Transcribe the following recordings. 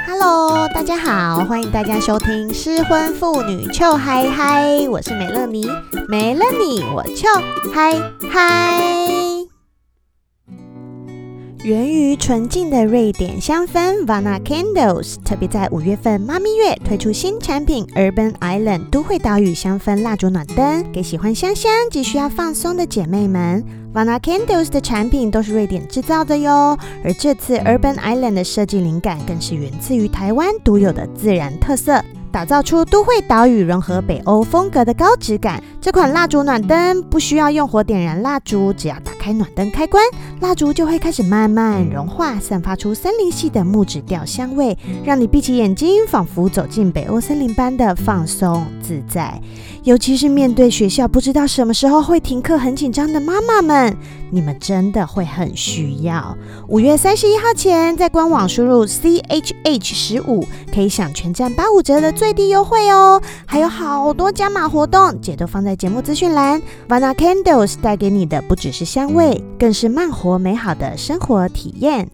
Hello， 大家好，欢迎大家收听失婚妇女糗嗨嗨，我是美乐妮，没了你我糗嗨嗨。源于纯净的瑞典香氛 Vana Candles 特别在5月份妈咪月推出新产品 Urban Island 都会岛屿香氛蜡烛暖灯，给喜欢香香及需要放松的姐妹们。Vana Candles 的产品都是瑞典制造的哟，而这次 Urban Island 的设计灵感更是源自于台湾独有的自然特色，打造出都会岛屿融合北欧风格的高质感。这款蜡烛暖灯不需要用火点燃蜡烛，只要打开暖灯开关，蜡烛就会开始慢慢融化，散发出森林系的木质调香味，让你闭起眼睛，仿佛走进北欧森林般的放松自在。尤其是面对学校不知道什么时候会停课很紧张的妈妈们，你们真的会很需要。5月31号前在官网输入 CHH15 可以享全站85折的最低优惠哦，还有好多加码活动，姐都放在节目资讯栏。 Vana Candles 带给你的不只是香味，更是慢活美好的生活体验。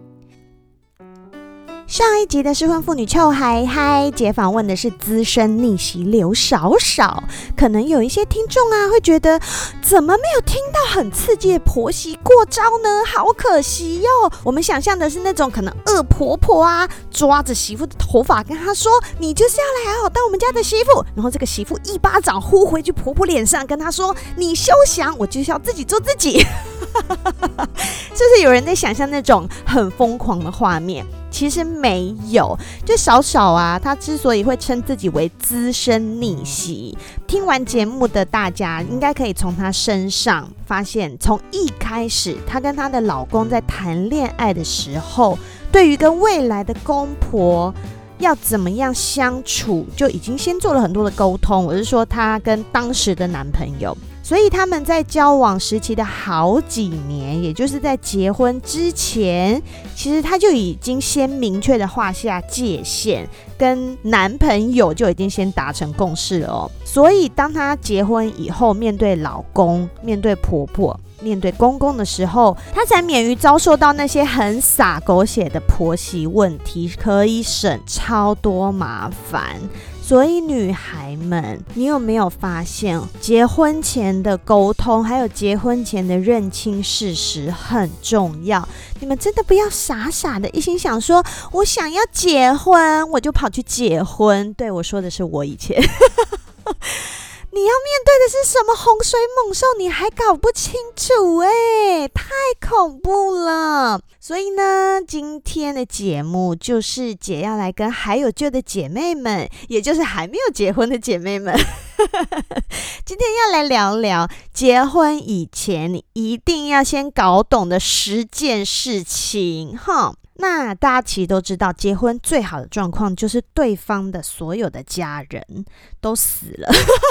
上一集的失婚妇女糗嗨嗨，姐访问的是资深逆袭刘少少。可能有一些听众会觉得，怎么没有听到很刺激的婆媳过招呢？好可惜哟。我们想象的是那种可能恶婆婆抓着媳妇的头发跟她说，你就是要来好好当我们家的媳妇，然后这个媳妇一巴掌呼回去婆婆脸上，跟她说，你休想，我就是要自己做自己。是不是有人在想象那种很疯狂的画面？其实没有，就少少他之所以会称自己为资深逆袭，听完节目的大家应该可以从他身上发现，从一开始她跟她的老公在谈恋爱的时候，对于跟未来的公婆要怎么样相处，就已经先做了很多的沟通。我是说她跟当时的男朋友，所以他们在交往时期的好几年，也就是在结婚之前，其实他就已经先明确的画下界限，跟男朋友就已经先达成共识了哦。所以当他结婚以后，面对老公、面对婆婆、面对公公的时候，他才免于遭受到那些很洒狗血的婆媳问题，可以省超多麻烦。所以女孩们，你有没有发现，结婚前的沟通还有结婚前的认清事实很重要。你们真的不要傻傻的一心想说，我想要结婚我就跑去结婚。对，我说的是我以前。你要面对的是什么洪水猛兽，你还搞不清楚太恐怖了。所以呢，今天的节目就是姐要来跟还有救的姐妹们，也就是还没有结婚的姐妹们今天要来聊聊结婚以前你一定要先搞懂的10件事情那大家其实都知道，结婚最好的状况就是对方的所有的家人都死了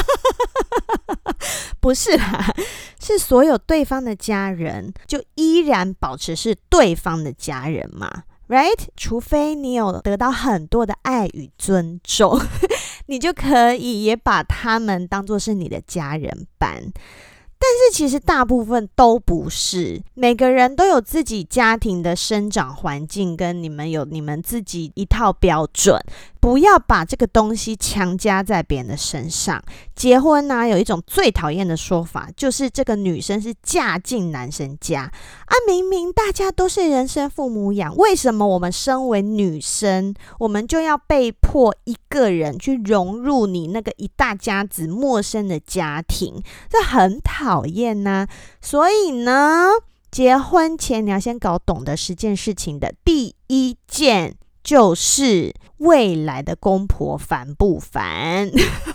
不是啦，是所有对方的家人就依然保持是对方的家人嘛， right？ 除非你有得到很多的爱与尊重你就可以也把他们当作是你的家人般。但是其实大部分都不是，每个人都有自己家庭的生长环境，跟你们有你们自己一套标准，不要把这个东西强加在别人的身上。结婚有一种最讨厌的说法，就是这个女生是嫁进男生家明明大家都是人生父母养，为什么我们身为女生，我们就要被迫一个人去融入你那个一大家子陌生的家庭？这很讨厌所以呢，结婚前你要先搞懂的10件事情的第一件就是未来的公婆烦不烦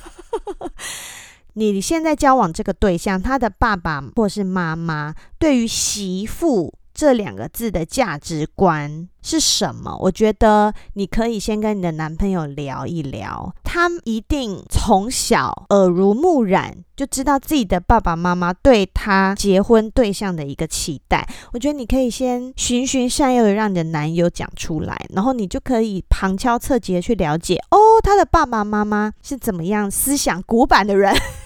你现在交往这个对象，他的爸爸或是妈妈对于媳妇这2个字的价值观是什么？我觉得你可以先跟你的男朋友聊一聊，他一定从小耳濡目染，就知道自己的爸爸妈妈对他结婚对象的一个期待。我觉得你可以先循循善诱的让你的男友讲出来，然后你就可以旁敲侧击的去了解他的爸爸妈妈是怎么样思想古板的人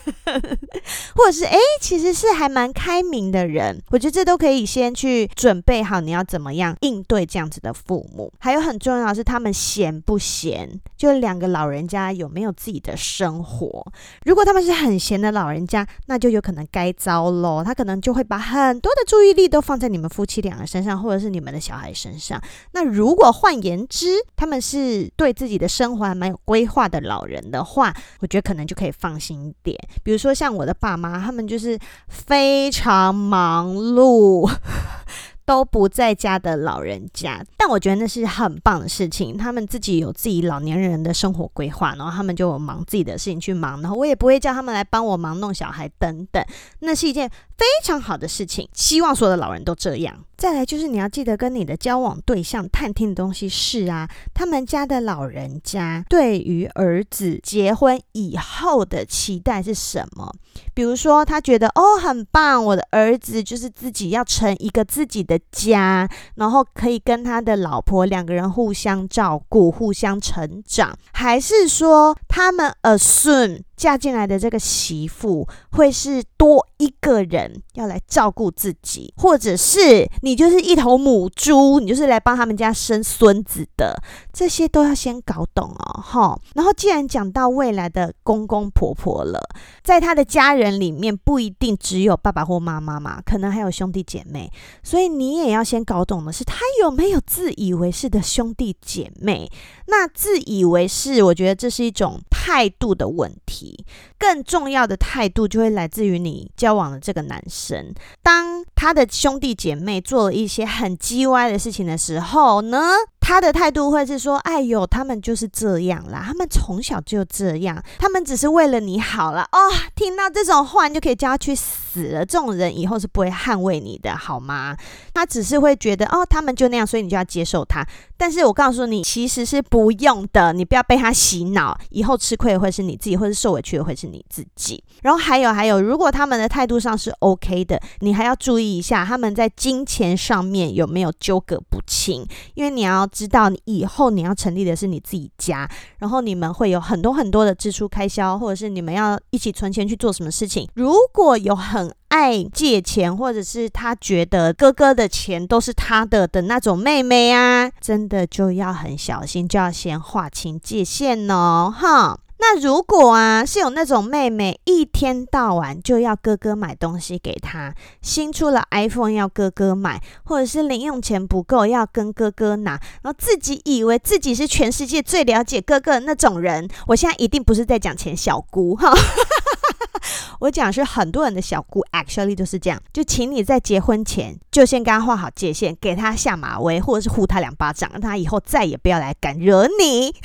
或者是其实是还蛮开明的人，我觉得这都可以先去准备好你要怎么样应对这样子的父母。还有很重要的是他们闲不闲，就两个老人家有没有自己的生活。如果他们是很闲的老人家，那就有可能该糟咯，他可能就会把很多的注意力都放在你们夫妻两个身上，或者是你们的小孩身上。那如果换言之，他们是对自己的生活还蛮有规划的老人的话，我觉得可能就可以放心一点。比如说像我的爸妈，他们就是非常忙碌都不在家的老人家，但我觉得那是很棒的事情，他们自己有自己老年人的生活规划，然后他们就有忙自己的事情去忙，然后我也不会叫他们来帮我忙弄小孩等等，那是一件非常好的事情，希望所有的老人都这样。再来就是你要记得跟你的交往对象探听的东西是他们家的老人家对于儿子结婚以后的期待是什么。比如说他觉得很棒，我的儿子就是自己要成一个自己的家，然后可以跟他的老婆两个人互相照顾互相成长，还是说他们 assume 嫁进来的这个媳妇会是多一个人要来照顾自己，或者是你就是一头母猪，你就是来帮他们家生孙子的，这些都要先搞懂然后既然讲到未来的公公婆婆了，在他的家人里面不一定只有爸爸或妈妈嘛，可能还有兄弟姐妹，所以你也要先搞懂的是他有没有自以为是的兄弟姐妹。那自以为是，我觉得这是一种态度的问题，更重要的态度就会来自于你交往的这个男生，当他的兄弟姐妹做了一些很鸡歪的事情的时候呢，他的态度会是说哎呦他们就是这样啦，他们从小就这样，他们只是为了你好啦。听到这种话你就可以叫他去死了，这种人以后是不会捍卫你的好吗？他只是会觉得他们就那样，所以你就要接受他，但是我告诉你其实是不用的，你不要被他洗脑，以后吃亏的会是你自己，或是受委屈的会是你自己。然后还有如果他们的态度上是 OK 的，你还要注意一下他们在金钱上面有没有纠葛不清，因为你要知道你以后你要成立的是你自己家，然后你们会有很多很多的支出开销，或者是你们要一起存钱去做什么事情，如果有很爱借钱，或者是他觉得哥哥的钱都是他的那种妹妹真的就要很小心，就要先划清界限那如果是有那种妹妹一天到晚就要哥哥买东西给她，新出了 iPhone 要哥哥买，或者是零用钱不够要跟哥哥拿，然后自己以为自己是全世界最了解哥哥的那种人，我现在一定不是在讲钱小姑我讲的是很多人的小姑 actually 都是这样，就请你在结婚前就先跟他画好界限，给他下马威，或者是呼他2巴掌，让他以后再也不要来敢惹你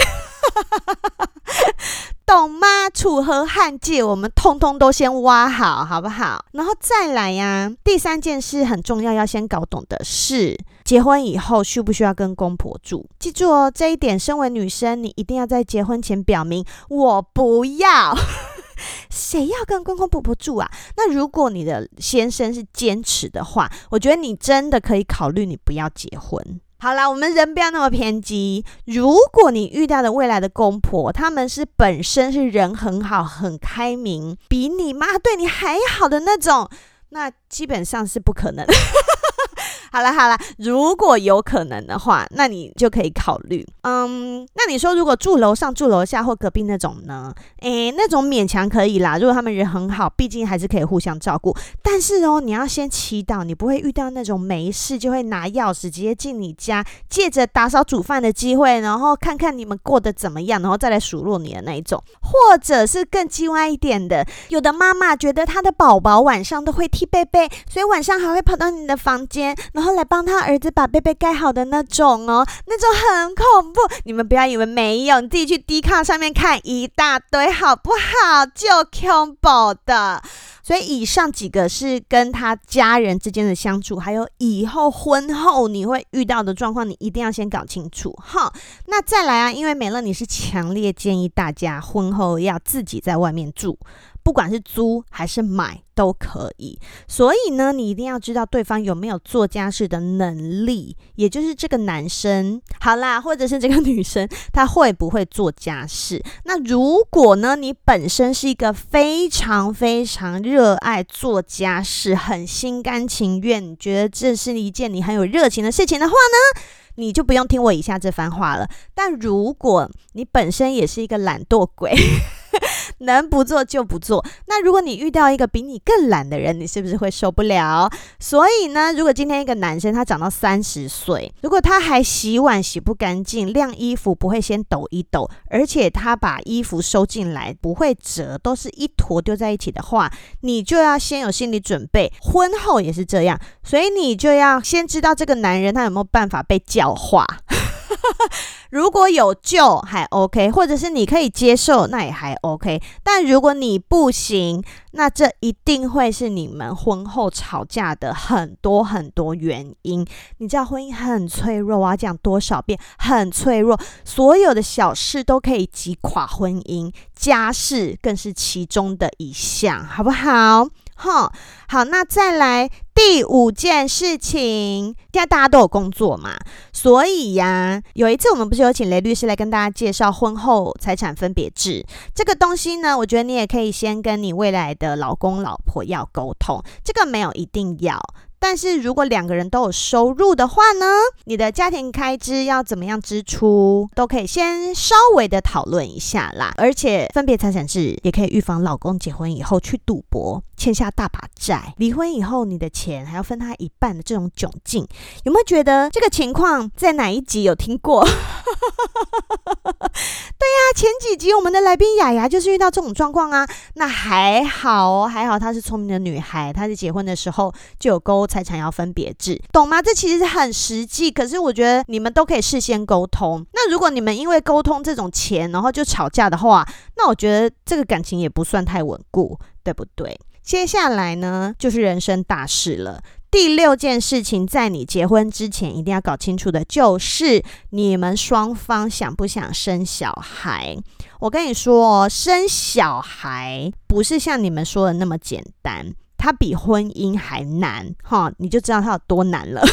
懂吗？楚河汉界我们通通都先挖好，好不好？然后再来第3件事很重要要先搞懂的是，结婚以后需不需要跟公婆住？记住这一点身为女生你一定要在结婚前表明我不要谁要跟公公婆婆住啊？那如果你的先生是坚持的话，我觉得你真的可以考虑你不要结婚。好啦，我们人不要那么偏激，如果你遇到的未来的公婆他们是本身是人很好很开明，比你妈对你还好的那种，那基本上是不可能好啦，如果有可能的话，那你就可以考虑那你说如果住楼上住楼下或隔壁那种呢？那种勉强可以啦，如果他们人很好，毕竟还是可以互相照顾，但是你要先祈祷你不会遇到那种没事就会拿钥匙直接进你家，借着打扫煮饭的机会，然后看看你们过得怎么样，然后再来数落你的那一种。或者是更叽歪一点的，有的妈妈觉得她的宝宝晚上都会踢被被，所以晚上还会跑到你的房间，然后来帮他儿子把被被盖好的那种那种很恐怖。你们不要以为没有，你自己去 Dcard 上面看一大堆好不好，就恐怖的。所以以上几个是跟他家人之间的相处，还有以后婚后你会遇到的状况，你一定要先搞清楚那再来因为美乐你是强烈建议大家婚后要自己在外面住， 不管是租还是买都可以。所以呢，你一定要知道对方有没有做家事的能力，也就是这个男生好啦，或者是这个女生他会不会做家事。那如果呢，你本身是一个非常非常热爱做家事，很心甘情愿，你觉得这是一件你很有热情的事情的话呢，你就不用听我以下这番话了。但如果你本身也是一个懒惰鬼能不做就不做，那如果你遇到一个比你更懒的人，你是不是会受不了？所以呢，如果今天一个男生他长到30岁，如果他还洗碗洗不干净，晾衣服不会先抖一抖，而且他把衣服收进来不会折，都是一坨丢在一起的话，你就要先有心理准备，婚后也是这样。所以你就要先知道这个男人他有没有办法被教化如果有救还 OK， 或者是你可以接受，那也还 OK。 但如果你不行，那这一定会是你们婚后吵架的很多很多原因。你知道婚姻很脆弱，我要讲多少遍，很脆弱，所有的小事都可以击垮婚姻，家事更是其中的一项，好不好？好，那再来第5件事情。现在大家都有工作嘛，所以呀，有一次我们不是有请雷律师来跟大家介绍婚后财产分别制这个东西呢，我觉得你也可以先跟你未来的老公老婆要沟通，这个没有一定要，但是如果2个人都有收入的话呢，你的家庭开支要怎么样支出，都可以先稍微的讨论一下啦。而且分别财产制也可以预防老公结婚以后去赌博，欠下大把债，离婚以后你的钱还要分他一半的这种窘境。有没有觉得这个情况在哪一集有听过？对呀，前几集我们的来宾雅雅就是遇到这种状况啊。那还好哦，还好她是聪明的女孩，她在结婚的时候就有沟财产要分别制，懂吗？这其实很实际，可是我觉得你们都可以事先沟通。那如果你们因为沟通这种钱然后就吵架的话，那我觉得这个感情也不算太稳固，对不对？接下来呢，就是人生大事了。第6件事情，在你结婚之前一定要搞清楚的就是你们双方想不想生小孩。我跟你说哦，生小孩不是像你们说的那么简单，它比婚姻还难，你就知道它有多难了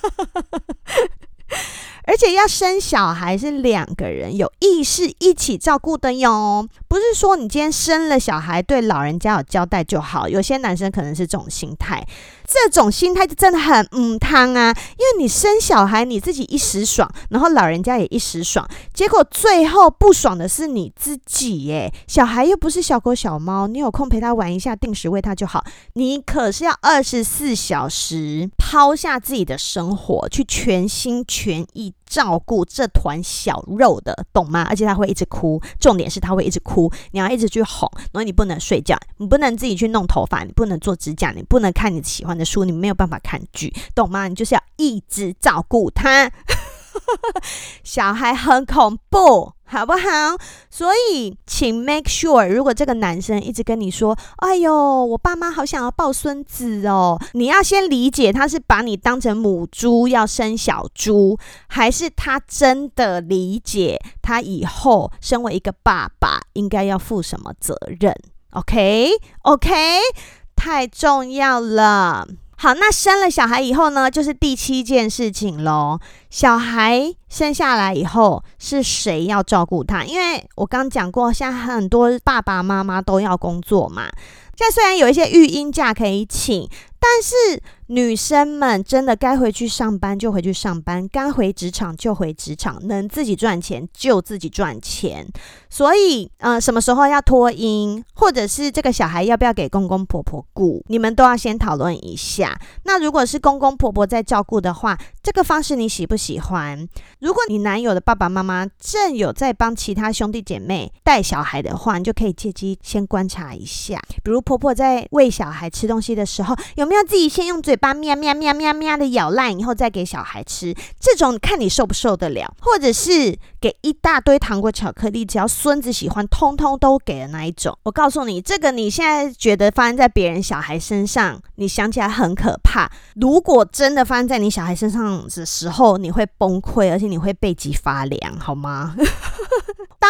而且要生小孩是2个人有意识一起照顾的哟，不是说你今天生了小孩对老人家有交代就好。有些男生可能是这种心态，这种心态就真的很汤啊，因为你生小孩你自己一时爽，然后老人家也一时爽，结果最后不爽的是你自己耶。小孩又不是小狗小猫，你有空陪他玩一下，定时喂他就好，你可是要24小时抛下自己的生活，去全心全意照顾这团小肉的，懂吗？而且他会一直哭，重点是他会一直哭，你要一直去哄，然后你不能睡觉，你不能自己去弄头发，你不能做指甲，你不能看你喜欢的书，你没有办法看剧，懂吗？你就是要一直照顾他小孩很恐怖，好不好？所以请 make sure， 如果这个男生一直跟你说哎呦我爸妈好想要抱孙子哦，你要先理解他是把你当成母猪要生小猪，还是他真的理解他以后身为一个爸爸应该要负什么责任。 OK， 太重要了。好，那生了小孩以后呢，就是第7件事情咯。小孩生下来以后是谁要照顾他？因为我刚讲过，现在很多爸爸妈妈都要工作嘛。现在虽然有一些育婴假可以请，但是女生们真的该回去上班就回去上班，该回职场就回职场，能自己赚钱就自己赚钱。所以什么时候要托婴，或者是这个小孩要不要给公公婆婆顾，你们都要先讨论一下。那如果是公公婆婆在照顾的话，这个方式你喜不喜欢？如果你男友的爸爸妈妈正有在帮其他兄弟姐妹带小孩的话，你就可以借机先观察一下，比如婆婆在喂小孩吃东西的时候，有没有自己先用嘴巴喵喵喵喵喵的咬烂以后再给小孩吃，这种看你受不受得了。或者是给一大堆糖果巧克力，只要孙子喜欢通通都给的那一种。我告诉你，这个你现在觉得发生在别人小孩身上，你想起来很可怕，如果真的发生在你小孩身上的时候，你会崩溃，而且你会背脊发凉，好吗当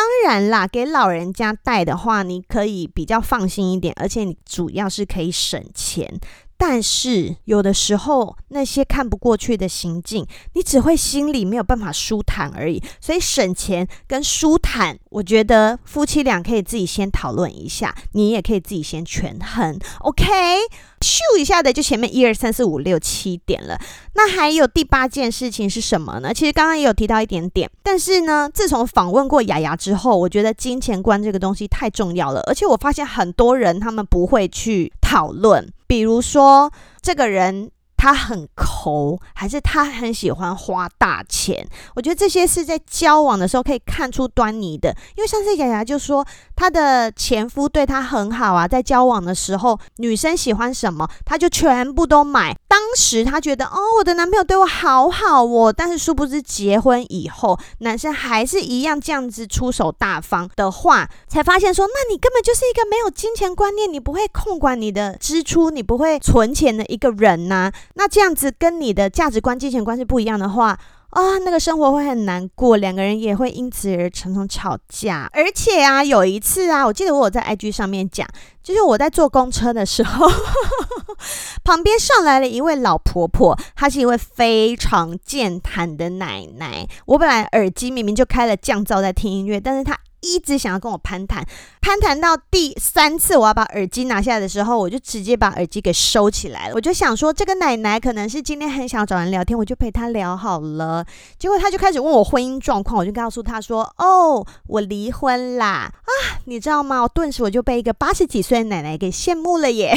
然啦，给老人家带的话，你可以比较放心一点，而且你主要是可以省钱。但是有的时候那些看不过去的行径，你只会心里没有办法舒坦而已。所以省钱跟舒坦，我觉得夫妻俩可以自己先讨论一下，你也可以自己先权衡 OK。 咻一下的就前面1 2 3 4 5 6 7点了。那还有第8件事情是什么呢？其实刚刚也有提到一点点，但是呢，自从访问过雅雅之后，我觉得金钱观这个东西太重要了，而且我发现很多人他们不会去讨论，比如说这个人他很抠，还是他很喜欢花大钱。我觉得这些是在交往的时候可以看出端倪的。因为上次雅雅就说她的前夫对她很好啊，在交往的时候女生喜欢什么她就全部都买。当时她觉得我的男朋友对我好好哦，但是殊不知结婚以后男生还是一样这样子出手大方的话，才发现说那你根本就是一个没有金钱观念，你不会控管你的支出，你不会存钱的一个人啊。那这样子跟你的价值观金钱观是不一样的话那个生活会很难过，两个人也会因此而常常吵架。而且有一次我记得我有在 IG 上面讲，就是我在坐公车的时候旁边上来了一位老婆婆，她是一位非常健谈的奶奶。我本来耳机明明就开了降噪在听音乐，但是她一直想要跟我攀谈到第3次我要把耳机拿下来的时候，我就直接把耳机给收起来了。我就想说这个奶奶可能是今天很想找人聊天，我就陪她聊好了。结果她就开始问我婚姻状况，我就告诉她说我离婚啦你知道吗？顿时我就被一个80几岁的奶奶给羡慕了耶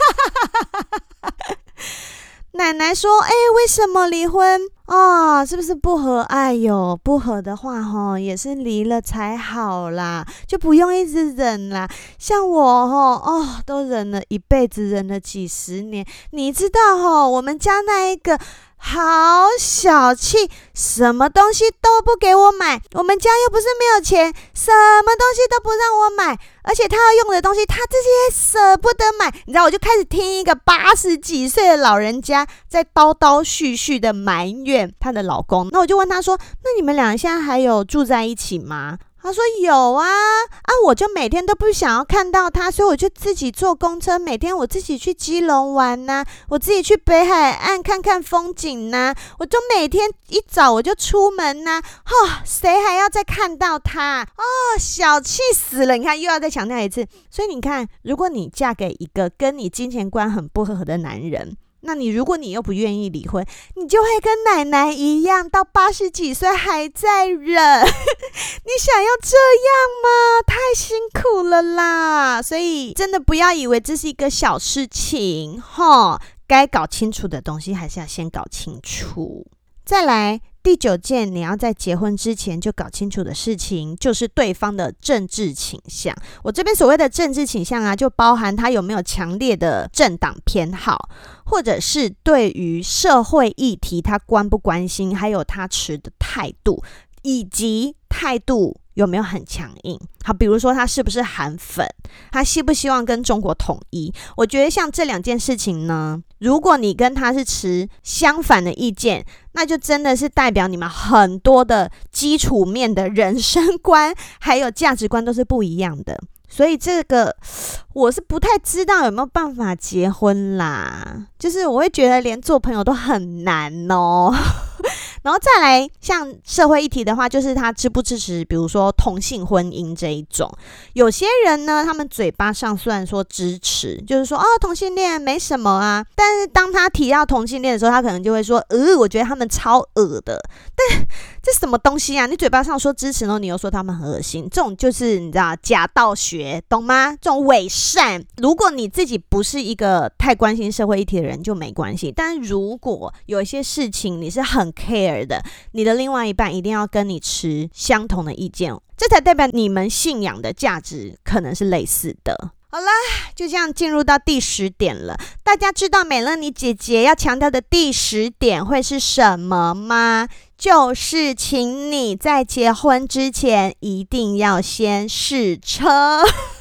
奶奶说为什么离婚是不是不合？不合的话也是离了才好啦，就不用一直忍啦。像我都忍了一辈子，忍了几十年。你知道我们家那一个好小气，什么东西都不给我买。我们家又不是没有钱，什么东西都不让我买，而且他要用的东西他自己也舍不得买。你知道，我就开始听一个80几岁的老人家在叨叨絮絮的埋怨她的老公。那我就问他说，那你们俩现在还有住在一起吗？他说有啊，我就每天都不想要看到他，所以我就自己坐公车，每天我自己去基隆玩啊，我自己去北海岸看看风景啊，我就每天一早我就出门啊，谁还要再看到他小气死了。你看又要再强调一次。所以你看，如果你嫁给一个跟你金钱观很不合的男人，那如果你又不愿意离婚，你就会跟奶奶一样，到80几岁还在忍你想要这样吗？太辛苦了啦。所以真的不要以为这是一个小事情该搞清楚的东西还是要先搞清楚。再来第9件你要在结婚之前就搞清楚的事情，就是对方的政治倾向。我这边所谓的政治倾向就包含他有没有强烈的政党偏好，或者是对于社会议题他关不关心，还有他持的态度，以及态度有没有很强硬。好，比如说他是不是韩粉，他希不希望跟中国统一。我觉得像这2件事情呢，如果你跟他是持相反的意见，那就真的是代表你们很多的基础面的人生观还有价值观都是不一样的。所以这个我是不太知道有没有办法结婚啦，就是我会觉得连做朋友都很难然后再来像社会议题的话，就是他支不支持比如说同性婚姻这一种。有些人呢，他们嘴巴上虽然说支持，就是说同性恋没什么啊，但是当他提到同性恋的时候，他可能就会说我觉得他们超恶的。但这什么东西啊？你嘴巴上说支持呢，你又说他们很恶心，这种就是你知道假道学，懂吗？这种伪善。如果你自己不是一个太关心社会议题的人就没关系，但如果有一些事情你是很 care的，你的另外一半一定要跟你持相同的意见，这才代表你们信仰的价值可能是类似的。好啦，就这样进入到第10点了。大家知道美乐妮姐姐要强调的第10点会是什么吗？就是请你在结婚之前一定要先试车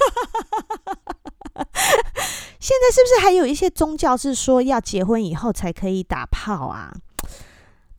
现在是不是还有一些宗教是说要结婚以后才可以打炮啊？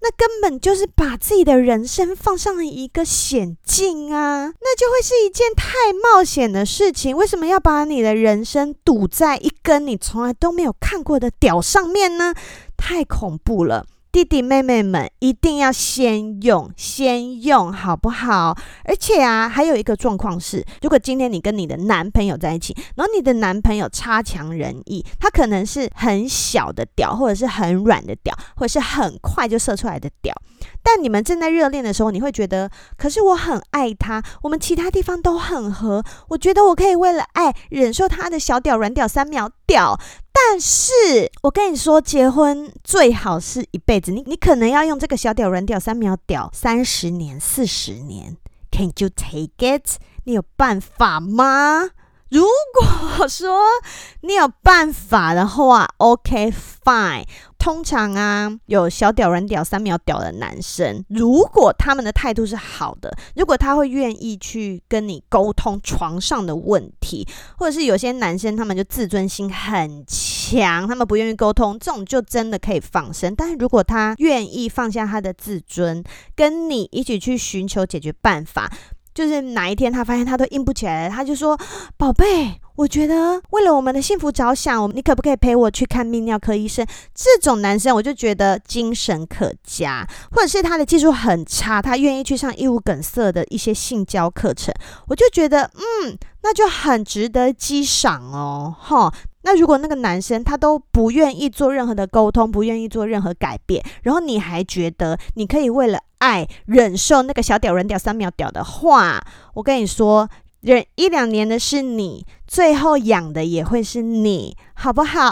那根本就是把自己的人生放上了一个险境啊，那就会是一件太冒险的事情。为什么要把你的人生赌在一根你从来都没有看过的屌上面呢？太恐怖了。弟弟妹妹们一定要先用好不好？而且啊，还有一个状况是，如果今天你跟你的男朋友在一起，然后你的男朋友差强人意，他可能是很小的屌，或者是很软的屌，或者是很快就射出来的屌，但你们正在热恋的时候，你会觉得，可是我很爱他，我们其他地方都很合，我觉得我可以为了爱忍受他的小屌软屌3秒屌。但是我跟你说，结婚最好是一辈子，你可能要用这个小屌软屌3秒屌30年40年。 Can you take it？ 你有办法吗？如果说你有办法的话 OK fine。 通常啊，有小屌软屌3秒屌的男生，如果他们的态度是好的，如果他会愿意去跟你沟通床上的问题，或者是有些男生他们就自尊心很强，他们不愿意沟通，这种就真的可以放生。但是如果他愿意放下他的自尊，跟你一起去寻求解决办法，就是哪一天他发现他都硬不起来了，他就说，宝贝，我觉得为了我们的幸福着想，你可不可以陪我去看泌尿科医生？这种男生我就觉得精神可嘉。或者是他的技术很差，他愿意去上义务梗塞的一些性交课程，我就觉得那就很值得激赏哦。那如果那个男生他都不愿意做任何的沟通，不愿意做任何改变，然后你还觉得你可以为了爱忍受那个小屌软屌3秒屌的话，我跟你说，忍1-2年的是你，最后养的也会是你，好不好？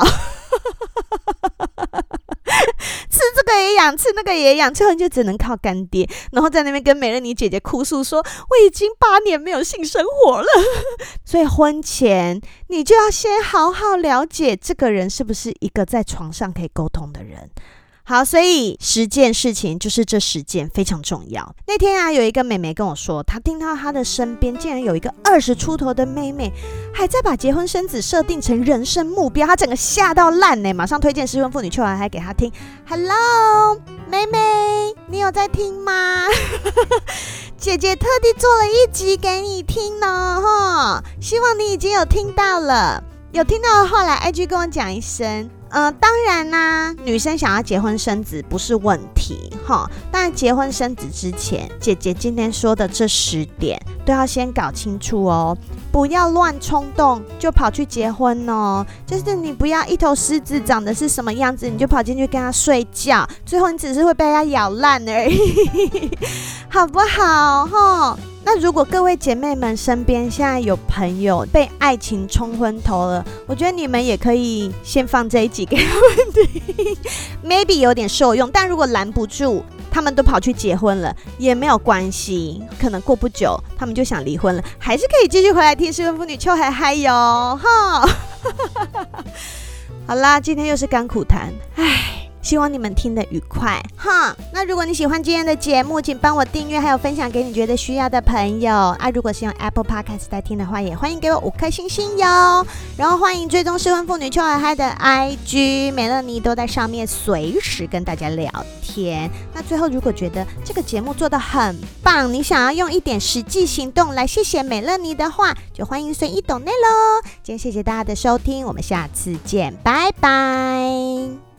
吃这个也养，吃那个也养，最后你就只能靠干爹，然后在那边跟美乐妮姐姐哭诉说，我已经8年没有性生活了。所以婚前你就要先好好了解这个人是不是一个在床上可以沟通的人。好，所以10件事情就是这10件非常重要。那天啊，有一个妹妹跟我说，她听到她的身边竟然有一个20出头的妹妹还在把结婚生子设定成人生目标，她整个吓到烂呢，马上推荐失婚妇女秋来还给她听。 Hello 妹妹，你有在听吗？姐姐特地做了一集给你听呢，希望你已经有听到了，有听到的话来 IG 跟我讲一声。当然啦，女生想要结婚生子不是问题但结婚生子之前，姐姐今天说的这10点都要先搞清楚哦，不要乱冲动就跑去结婚哦。就是你不要一头狮子长得是什么样子，你就跑进去跟他睡觉，最后你只是会被他咬烂而已，好不好？那如果各位姐妹们身边现在有朋友被爱情冲昏头了，我觉得你们也可以先放这一集给他们听，maybe 有点受用。但如果拦不住，他们都跑去结婚了也没有关系，可能过不久他们就想离婚了，还是可以继续回来听失婚妇女秋海嗨哟好啦，今天又是甘苦谈，希望你们听得愉快那如果你喜欢今天的节目，请帮我订阅还有分享给你觉得需要的朋友如果是用 Apple Podcast 在听的话，也欢迎给我5颗星星哟。然后欢迎追踪失婚妇女秋海嗨的 IG， 美乐妮都在上面随时跟大家聊天。那最后如果觉得这个节目做得很棒，你想要用一点实际行动来谢谢美乐妮的话，就欢迎随意抖内咯。今天谢谢大家的收听，我们下次见，拜拜。